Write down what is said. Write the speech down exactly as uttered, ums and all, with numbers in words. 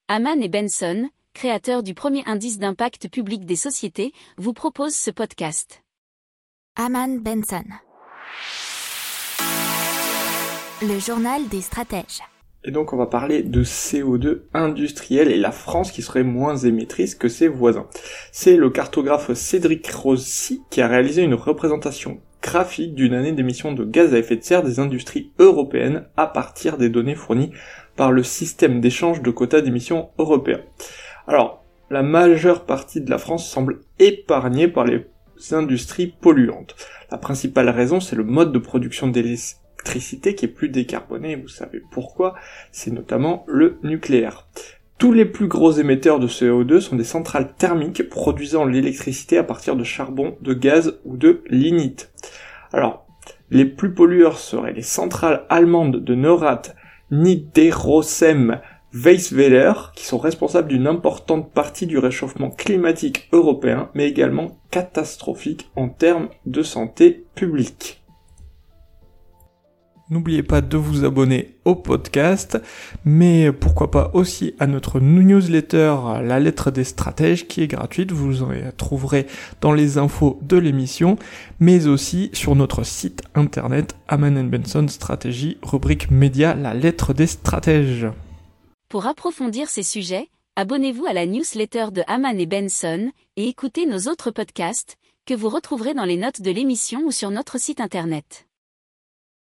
Hamann et Benson, créateurs du premier indice d'impact public des sociétés, vous proposent ce podcast. Hamann Benson, le journal des stratèges. Et donc on va parler de C O deux industriel et la France qui serait moins émettrice que ses voisins. C'est le cartographe Cédric Rossi qui a réalisé une représentation graphique d'une année d'émissions de gaz à effet de serre des industries européennes à partir des données fournies par le système d'échange de quotas d'émissions européen. Alors, la majeure partie de la France semble épargnée par les industries polluantes. La principale raison, c'est le mode de production d'électricité qui est plus décarboné, vous savez pourquoi, c'est notamment le nucléaire. Tous les plus gros émetteurs de C O deux sont des centrales thermiques produisant l'électricité à partir de charbon, de gaz ou de lignite. Alors, les plus pollueurs seraient les centrales allemandes de Neurath, Niederosem, Weissweiler, qui sont responsables d'une importante partie du réchauffement climatique européen, mais également catastrophique en termes de santé publique. N'oubliez pas de vous abonner au podcast, mais pourquoi pas aussi à notre newsletter La Lettre des Stratèges qui est gratuite, vous en trouverez dans les infos de l'émission, mais aussi sur notre site internet Hamann and Benson Stratégie, rubrique média La Lettre des Stratèges. Pour approfondir ces sujets, abonnez-vous à la newsletter de Hamann et Benson et écoutez nos autres podcasts que vous retrouverez dans les notes de l'émission ou sur notre site internet.